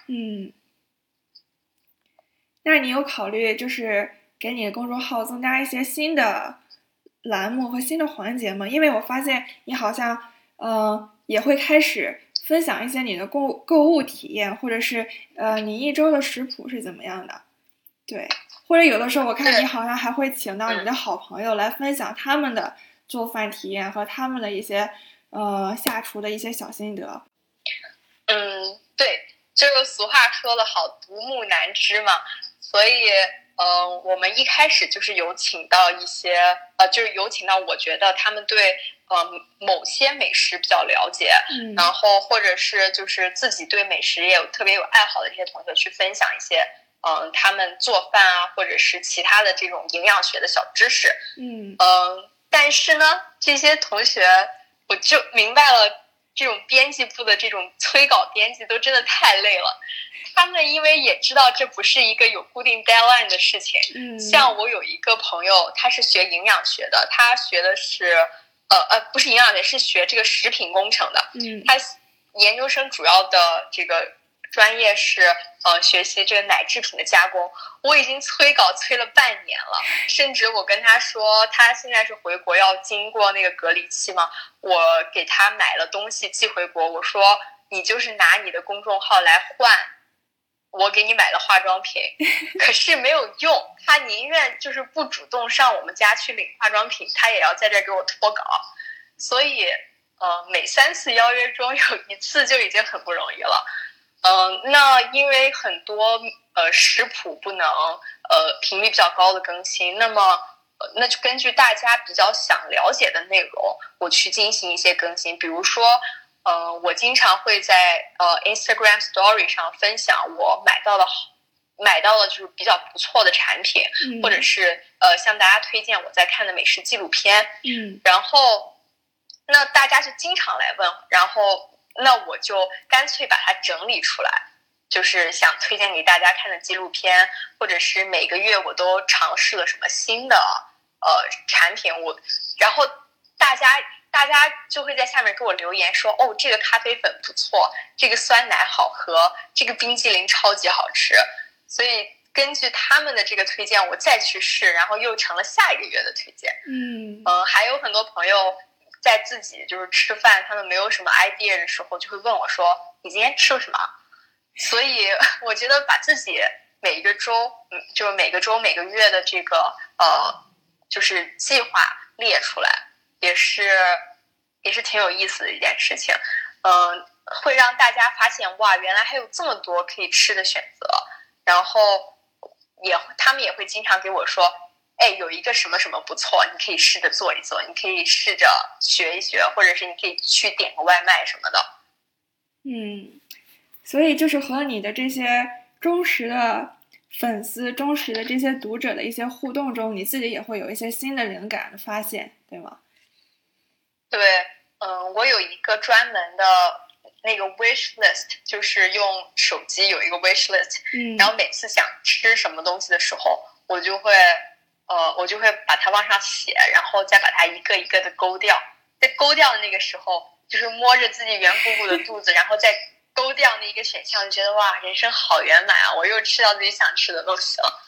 那你有考虑就是给你的公众号增加一些新的栏目和新的环节吗？因为我发现你好像也会开始分享一些你的购物体验，或者是你1周的食谱是怎么样的。对，或者有的时候我看你好像还会请到你的好朋友来分享他们的做饭体验和他们的一些下厨的一些小心得。 对，就是俗话说的好，独木难支嘛，所以我们一开始就是有请到一些就是有请到我觉得他们对某些美食比较了解，然后或者是就是自己对美食也有特别有爱好的这些同学去分享一些他们做饭啊或者是其他的这种营养学的小知识。但是呢这些同学我就明白了，这种编辑部的这种催稿编辑都真的太累了，他们因为也知道这不是一个有固定 deadline 的事情。像我有一个朋友他是学营养学的，他学的是不是营养学，是学这个食品工程的。他研究生主要的这个专业是学习这个奶制品的加工。我已经催稿催了半年了，甚至我跟他说他现在是回国要经过那个隔离期嘛，我给他买了东西寄回国，我说你就是拿你的公众号来换我给你买的化妆品，可是没有用，他宁愿就是不主动上我们家去领化妆品，他也要在这给我脱稿。所以每3次邀约中有1次就已经很不容易了。 那因为很多食谱不能频率比较高的更新，那么那就根据大家比较想了解的内容，我去进行一些更新。比如说，我经常会在Instagram Story 上分享我买到的就是比较不错的产品，或者是向大家推荐我在看的美食纪录片。然后那大家就经常来问，然后那我就干脆把它整理出来，就是想推荐给大家看的纪录片，或者是每个月我都尝试了什么新的产品，然后大家就会在下面给我留言说，哦，这个咖啡粉不错，这个酸奶好喝，这个冰激凌超级好吃。所以根据他们的这个推荐我再去试，然后又成了下一个月的推荐。还有很多朋友在自己就是吃饭他们没有什么 idea 的时候，就会问我说你今天吃了什么。所以我觉得把自己每个周就是每个周每个月的这个就是计划列出来，也是挺有意思的一件事情。会让大家发现哇，原来还有这么多可以吃的选择。然后他们也会经常给我说，哎，有一个什么什么不错，你可以试着做一做，你可以试着学一学，或者是你可以去点个外卖什么的。 所以就是和你的这些忠实的粉丝、忠实的这些读者的一些互动中，你自己也会有一些新的灵感的发现，对吗？ 对，我有一个专门的那个 wish list， 就是用手机有一个 wish list，然后每次想吃什么东西的时候，我就会把它往上写，然后再把它一个一个的勾掉。在勾掉的那个时候，就是摸着自己圆鼓鼓的肚子，然后再勾掉那一个选项，就觉得哇，人生好圆满啊！我又吃到自己想吃的东西了。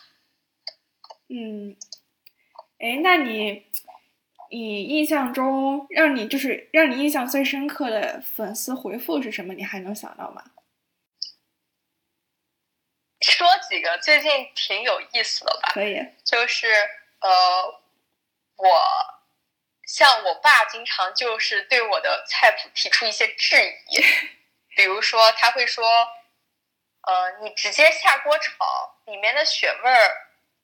那你印象中让你印象最深刻的粉丝回复是什么？你还能想到吗？ 说几个最近挺有意思的吧。 可以。 就是像我爸经常就是对我的菜谱提出一些质疑，比如说他会说，你直接下锅炒，里面的血味儿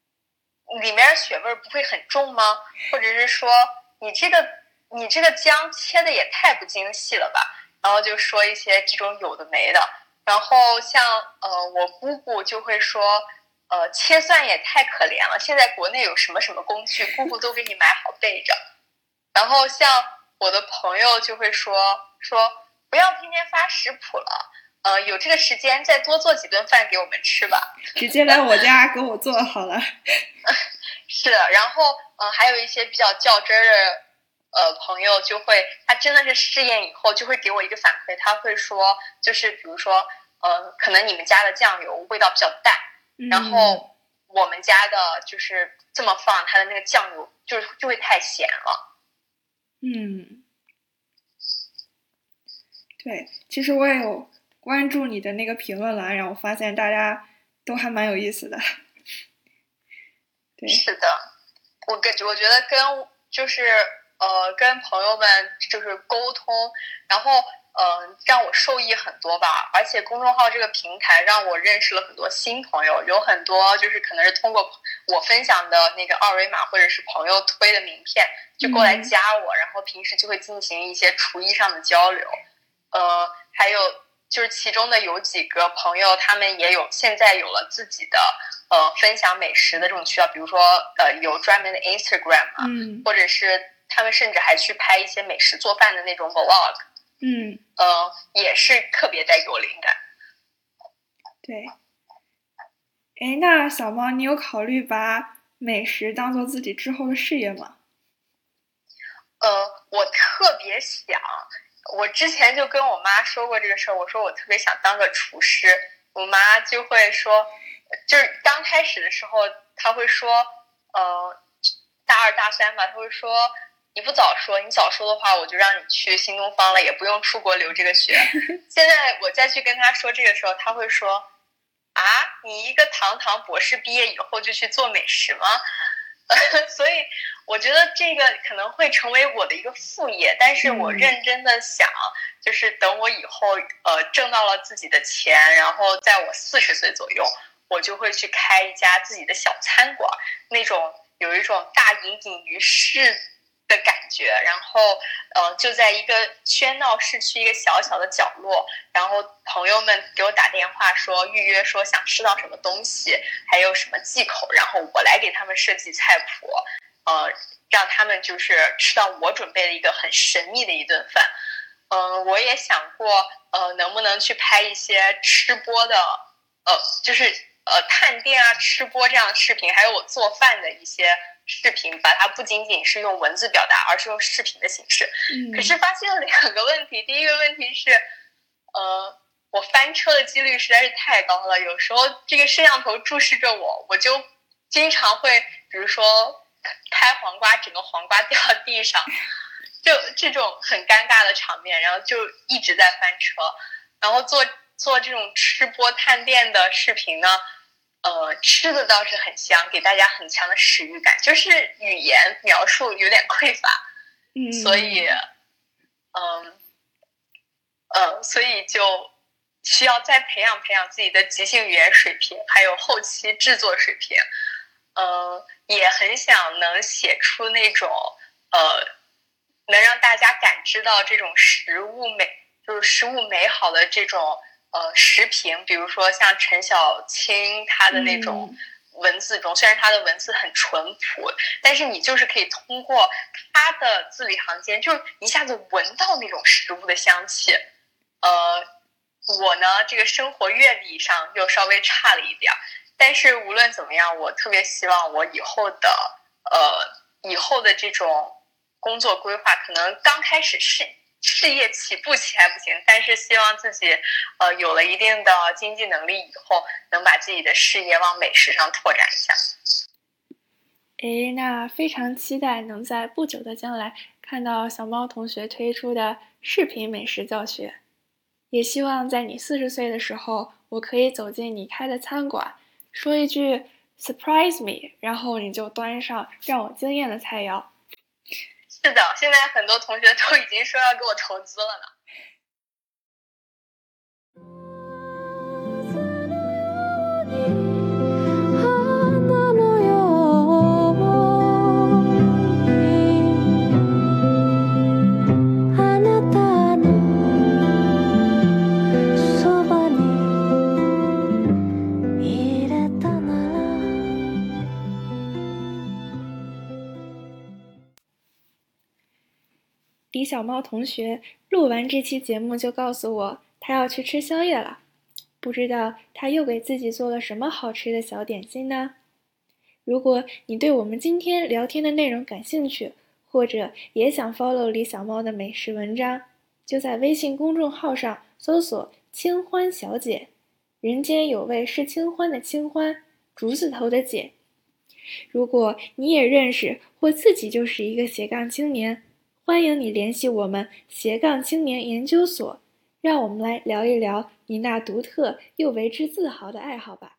不会很重吗？或者是说你这个姜切的也太不精细了吧？然后就说一些这种有的没的。然后像我姑姑就会说，切蒜也太可怜了，现在国内有什么什么工具，姑姑都给你买好备着。然后像我的朋友就会说不要天天发食谱了，有这个时间再多做几顿饭给我们吃吧， 直接来我家给我做好了。 是的。然后还有一些比较较真的朋友就会，他真的是试验以后就会给我一个反馈，他会说就是比如说可能你们家的酱油味道比较淡，然后我们家的就是这么放，它的那个酱油就会太咸了。 对，其实我也有关注你的那个评论栏，然后我发现大家都还蛮有意思的。对， 是的，我觉得跟朋友们就是沟通，然后让我受益很多吧。而且公众号这个平台让我认识了很多新朋友，有很多就是可能是通过我分享的那个二维码或者是朋友推的名片就过来加我，然后平时就会进行一些厨艺上的交流。还有就是其中的有几个朋友，他们现在有了自己的分享美食的这种渠道，比如说有专门的 Instagram 啊，或者是他们甚至还去拍一些美食做饭的那种 vlog，也是特别带给我灵感。 对，那小猫，你有考虑把美食当做自己之后的事业吗？ 我特别想。我之前就跟我妈说过这个事儿，我说我特别想当个厨师。我妈就会说，就是刚开始的时候她会说大二大三吧，她会说你不早说，你早说的话我就让你去新东方了，也不用出国留这个学。现在我再去跟她说这个时候，她会说啊，你一个堂博士毕业以后就去做美食吗？所以我觉得这个可能会成为我的一个副业，但是我认真的想， 就是等我以后挣到了自己的钱，然后在我40岁左右，我就会去开一家自己的小餐馆，那种有一种大隐隐于市的感觉，然后就在一个喧闹市区一个小小的角落，然后朋友们给我打电话说预约说想吃到什么东西，还有什么忌口，然后我来给他们设计菜谱，让他们就是吃到我准备的一个很神秘的一顿饭。我也想过能不能去拍一些吃播的就是探店啊吃播这样的视频，还有我做饭的一些视频，把它不仅仅是用文字表达，而是用视频的形式。可是发现了2个问题。第一个问题是我翻车的几率实在是太高了，有时候这个摄像头注视着我就经常会比如说拍黄瓜，整个黄瓜掉到地上，就这种很尴尬的场面，然后就一直在翻车。然后做这种吃播探店的视频呢，吃的倒是很香，给大家很强的食欲感，就是语言描述有点匮乏，所以所以就需要再培养自己的即兴语言水平，还有后期制作水平。也很想能写出那种能让大家感知到这种食物美好的这种时评，比如说像陈小青他的那种文字中，虽然他的文字很淳朴，但是你就是可以通过他的字里行间就一下子闻到那种食物的香气。我呢这个生活阅历上又稍微差了一点，但是无论怎么样，我特别希望我以后的这种工作规划，可能刚开始事业起步起还不行，但是希望自己有了一定的经济能力以后，能把自己的事业往美食上拓展一下。 那非常期待能在不久的将来看到小猫同学推出的视频美食教学，也希望在你40岁的时候，我可以走进你开的餐馆，说一句 surprise me， 然后你就端上让我惊艳的菜肴。 是的，现在很多同学都已经说要给我投资了呢。 李小猫同学录完这期节目就告诉我他要去吃宵夜了，不知道他又给自己做了什么好吃的小点心呢？如果你对我们今天聊天的内容感兴趣，或者也想 follow 李小猫的美食文章，就在微信公众号上搜索清欢小姐，人间有味是清欢的清欢，竹字头的姐。如果你也认识或自己就是一个斜杠青年，欢迎你联系我们斜杠青年研究所，让我们来聊一聊你那独特又为之自豪的爱好吧。